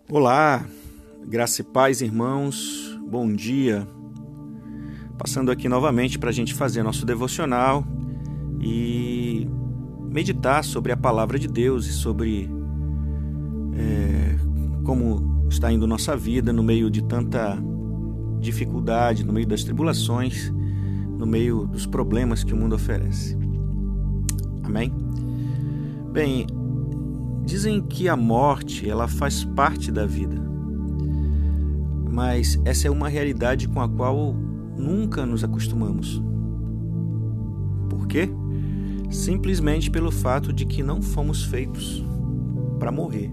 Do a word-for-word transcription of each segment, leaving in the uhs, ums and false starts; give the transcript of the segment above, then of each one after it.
Olá, graça e paz, irmãos, bom dia. Passando aqui novamente para a gente fazer nosso devocional e meditar sobre a palavra de Deus e sobre é, como está indo nossa vida no meio de tanta dificuldade, no meio das tribulações, no meio dos problemas que o mundo oferece. Amém? Bem, dizem que a morte, ela faz parte da vida, mas essa é uma realidade com a qual nunca nos acostumamos. Por quê? Simplesmente pelo fato de que não fomos feitos para morrer.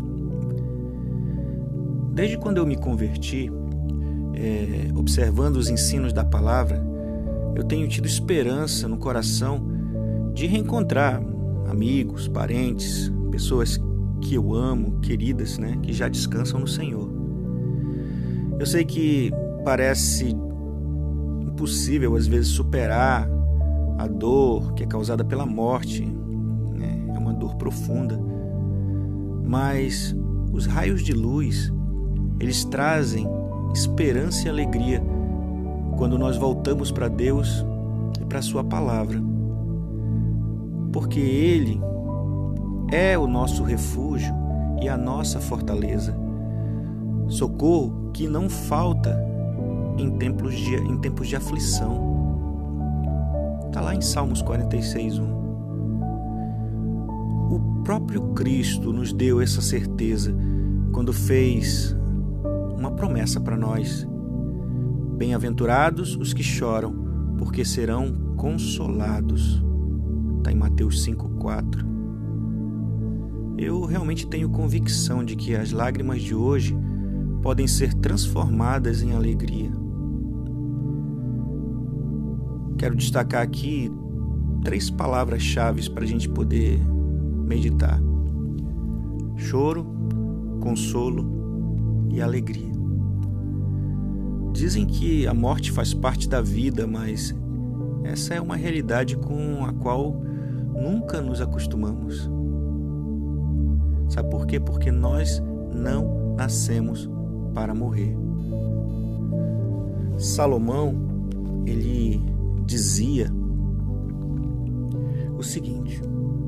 Desde quando eu me converti, é, observando os ensinos da palavra, eu tenho tido esperança no coração de reencontrar amigos, parentes, pessoas que eu amo, queridas, né, que já descansam no Senhor. Eu sei que parece impossível, às vezes, superar a dor que é causada pela morte, né? É uma dor profunda. Mas os raios de luz, eles trazem esperança e alegria quando nós voltamos para Deus e para a Sua palavra. Porque Ele é o nosso refúgio e a nossa fortaleza. Socorro que não falta em tempos de, em tempos de aflição. Está lá em Salmos quarenta e seis, um. O próprio Cristo nos deu essa certeza quando fez uma promessa para nós. Bem-aventurados os que choram, porque serão consolados. Está em Mateus cinco, quatro. Eu realmente tenho convicção de que as lágrimas de hoje podem ser transformadas em alegria. Quero destacar aqui três palavras-chave para a gente poder meditar: choro, consolo e alegria. Dizem que a morte faz parte da vida, mas essa é uma realidade com a qual nunca nos acostumamos. Sabe por quê? Porque nós não nascemos para morrer. Salomão, ele dizia o seguinte: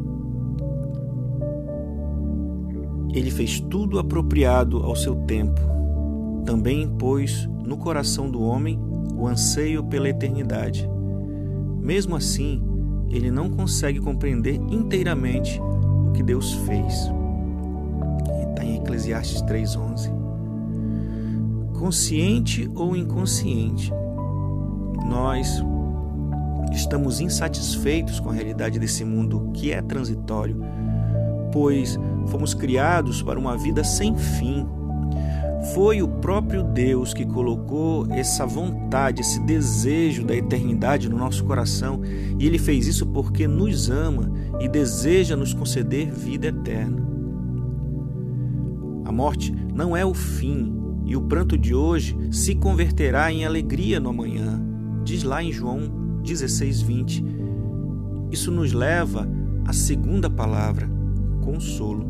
ele fez tudo apropriado ao seu tempo, também pôs no coração do homem o anseio pela eternidade. Mesmo assim, ele não consegue compreender inteiramente o que Deus fez. Está em Eclesiastes três, onze. Consciente ou inconsciente, nós estamos insatisfeitos com a realidade desse mundo que é transitório, pois fomos criados para uma vida sem fim. Foi o próprio Deus que colocou essa vontade, esse desejo da eternidade no nosso coração, e Ele fez isso porque nos ama e deseja nos conceder vida eterna. A morte não é o fim, e o pranto de hoje se converterá em alegria no amanhã, diz lá em João dezesseis, vinte. Isso nos leva à segunda palavra, consolo.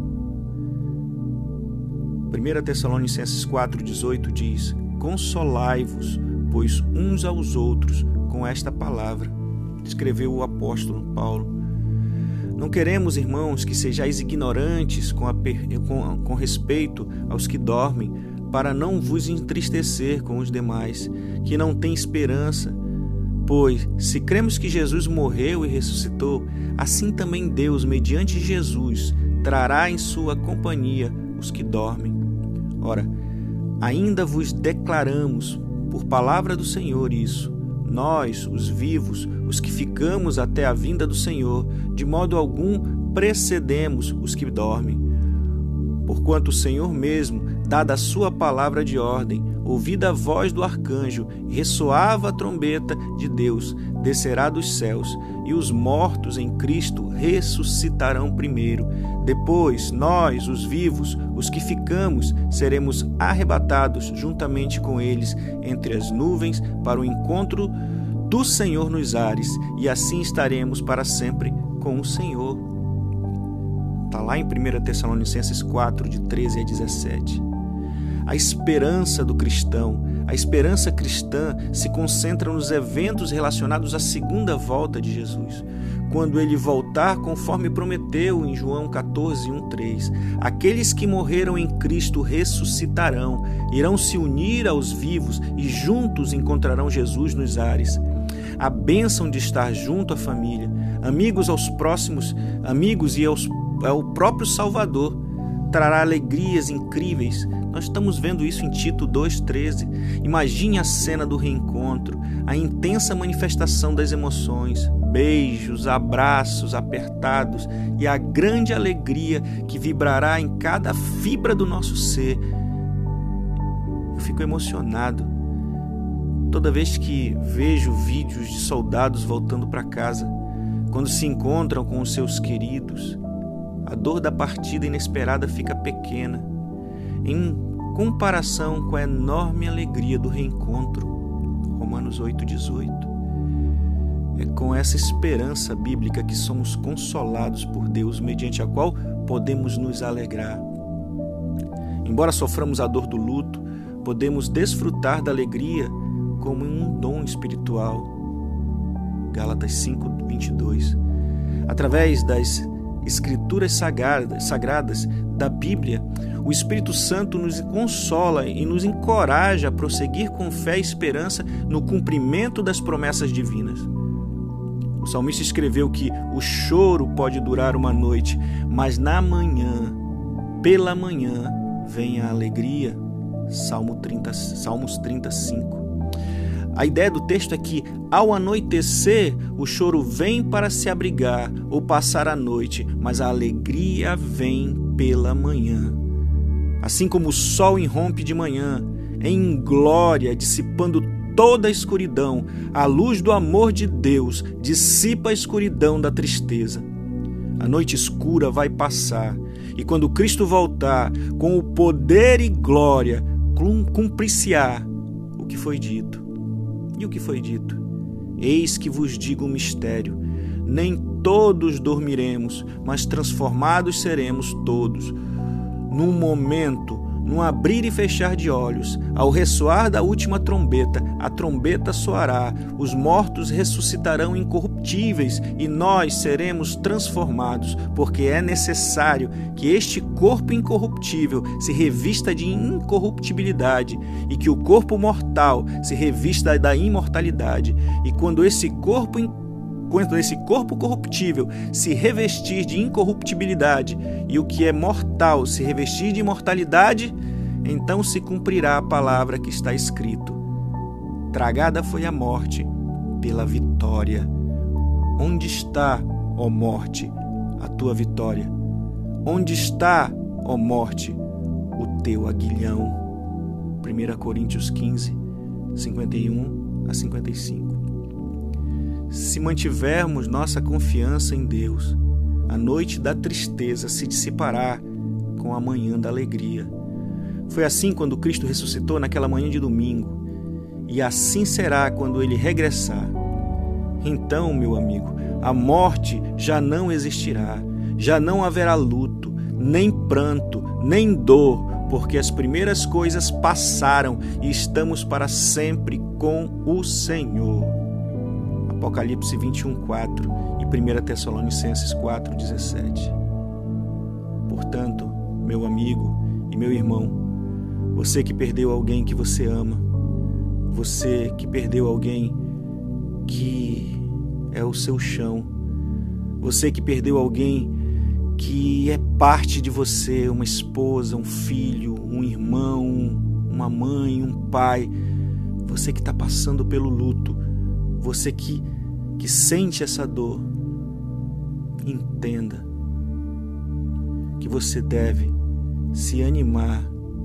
primeira Tessalonicenses quatro, dezoito diz: consolai-vos, pois uns aos outros com esta palavra, escreveu o apóstolo Paulo. Não queremos, irmãos, que sejais ignorantes com, a, com, com respeito aos que dormem, para não vos entristecer com os demais, que não têm esperança. Pois, se cremos que Jesus morreu e ressuscitou, assim também Deus, mediante Jesus, trará em sua companhia os que dormem. Ora, ainda vos declaramos, por palavra do Senhor, isso: nós, os vivos, os que ficamos até a vinda do Senhor, de modo algum precedemos os que dormem. Porquanto o Senhor mesmo, dada a sua palavra de ordem, ouvida a voz do arcanjo, ressoava a trombeta de Deus, descerá dos céus, e os mortos em Cristo ressuscitarão primeiro. Depois, nós, os vivos, os que ficamos, seremos arrebatados juntamente com eles entre as nuvens para o encontro do Senhor nos ares, e assim estaremos para sempre com o Senhor. Está lá em primeira Tessalonicenses quatro, de treze a dezessete. a esperança do cristão. A esperança cristã se concentra nos eventos relacionados à segunda volta de Jesus, quando ele voltar conforme prometeu em João quatorze, um, três. Aqueles que morreram em Cristo ressuscitarão, irão se unir aos vivos e juntos encontrarão Jesus nos ares. A bênção de estar junto à família, amigos aos próximos, amigos e aos, ao próprio Salvador, trará alegrias incríveis. Nós estamos vendo isso em Tito dois, treze. Imagine a cena do reencontro, a intensa manifestação das emoções, beijos, abraços apertados e a grande alegria que vibrará em cada fibra do nosso ser. Eu fico emocionado toda vez que vejo vídeos de soldados voltando para casa, quando se encontram com os seus queridos. A dor da partida inesperada fica pequena, em comparação com a enorme alegria do reencontro. Romanos oito, dezoito. É com essa esperança bíblica que somos consolados por Deus, mediante a qual podemos nos alegrar. Embora soframos a dor do luto, podemos desfrutar da alegria como um dom espiritual. Gálatas cinco, vinte e dois. Através das Escrituras sagradas, sagradas da Bíblia, o Espírito Santo nos consola e nos encoraja a prosseguir com fé e esperança no cumprimento das promessas divinas. O salmista escreveu que o choro pode durar uma noite, mas na manhã, pela manhã, vem a alegria. Salmo trinta, Salmos trinta, cinco. A ideia do texto é que, ao anoitecer, o choro vem para se abrigar ou passar a noite, mas a alegria vem pela manhã. Assim como o sol irrompe de manhã, em glória, dissipando toda a escuridão, a luz do amor de Deus dissipa a escuridão da tristeza. A noite escura vai passar, e quando Cristo voltar, com o poder e glória, cumprir-se-á o que foi dito. E o que foi dito? Eis que vos digo um mistério. Nem todos dormiremos, mas transformados seremos todos. Num momento, num abrir e fechar de olhos, ao ressoar da última trombeta, a trombeta soará, os mortos ressuscitarão incorruptíveis e nós seremos transformados, porque é necessário que este corpo incorruptível se revista de incorruptibilidade e que o corpo mortal se revista da imortalidade. E quando esse corpo Quando esse corpo corruptível se revestir de incorruptibilidade e o que é mortal se revestir de imortalidade, então se cumprirá a palavra que está escrito: tragada foi a morte pela vitória. Onde está, ó morte, a tua vitória? Onde está, ó morte, o teu aguilhão? primeira Coríntios quinze, cinquenta e um a cinquenta e cinco. Se mantivermos nossa confiança em Deus, a noite da tristeza se dissipará com a manhã da alegria. Foi assim quando Cristo ressuscitou naquela manhã de domingo, e assim será quando Ele regressar. Então, meu amigo, a morte já não existirá, já não haverá luto, nem pranto, nem dor, porque as primeiras coisas passaram e estamos para sempre com o Senhor. Apocalipse vinte e um, quatro e primeira Tessalonicenses quatro, dezessete. Portanto, meu amigo e meu irmão, você que perdeu alguém que você ama, você que perdeu alguém que é o seu chão, você que perdeu alguém que é parte de você, uma esposa, um filho, um irmão, uma mãe, um pai, você que está passando pelo luto, você que, que sente essa dor, entenda que você deve se animar,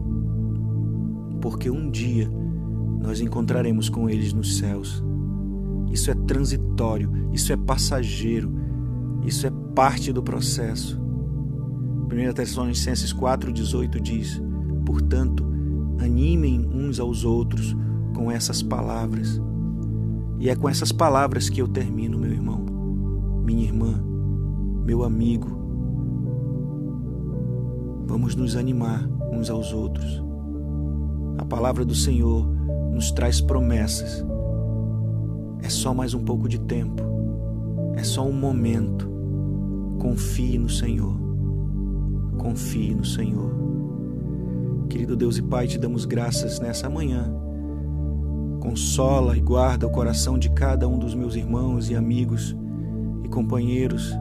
porque um dia nós encontraremos com eles nos céus. Isso é transitório, isso é passageiro, isso é parte do processo. primeira Tessalonicenses quatro, dezoito diz: portanto, animem uns aos outros com essas palavras. E é com essas palavras que eu termino, meu irmão, minha irmã, meu amigo. Vamos nos animar uns aos outros. A palavra do Senhor nos traz promessas. É só mais um pouco de tempo. É só um momento. Confie no Senhor. Confie no Senhor. Querido Deus e Pai, te damos graças nessa manhã. Consola e guarda o coração de cada um dos meus irmãos e amigos e companheiros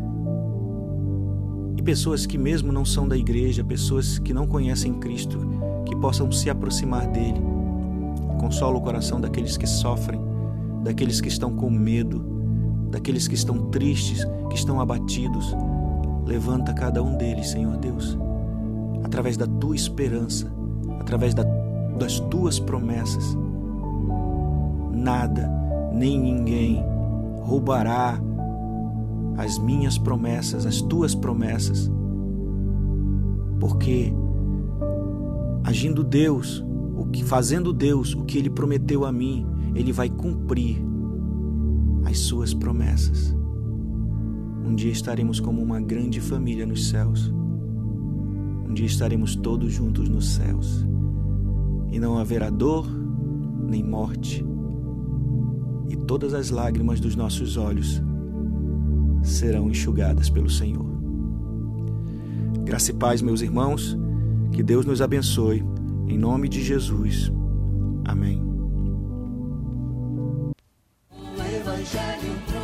e pessoas que mesmo não são da igreja, pessoas que não conhecem Cristo, que possam se aproximar dele. Consola o coração daqueles que sofrem, daqueles que estão com medo, daqueles que estão tristes, que estão abatidos. Levanta cada um deles, Senhor Deus, através da tua esperança, através da, das tuas promessas. Nada, nem ninguém roubará as minhas promessas, as tuas promessas, porque agindo Deus, o que, fazendo Deus o que Ele prometeu a mim, Ele vai cumprir as suas promessas. Um dia estaremos como uma grande família nos céus. Um dia estaremos todos juntos nos céus. E não haverá dor, nem morte. E todas as lágrimas dos nossos olhos serão enxugadas pelo Senhor. Graça e paz, meus irmãos. Que Deus nos abençoe. Em nome de Jesus. Amém. O Evangelho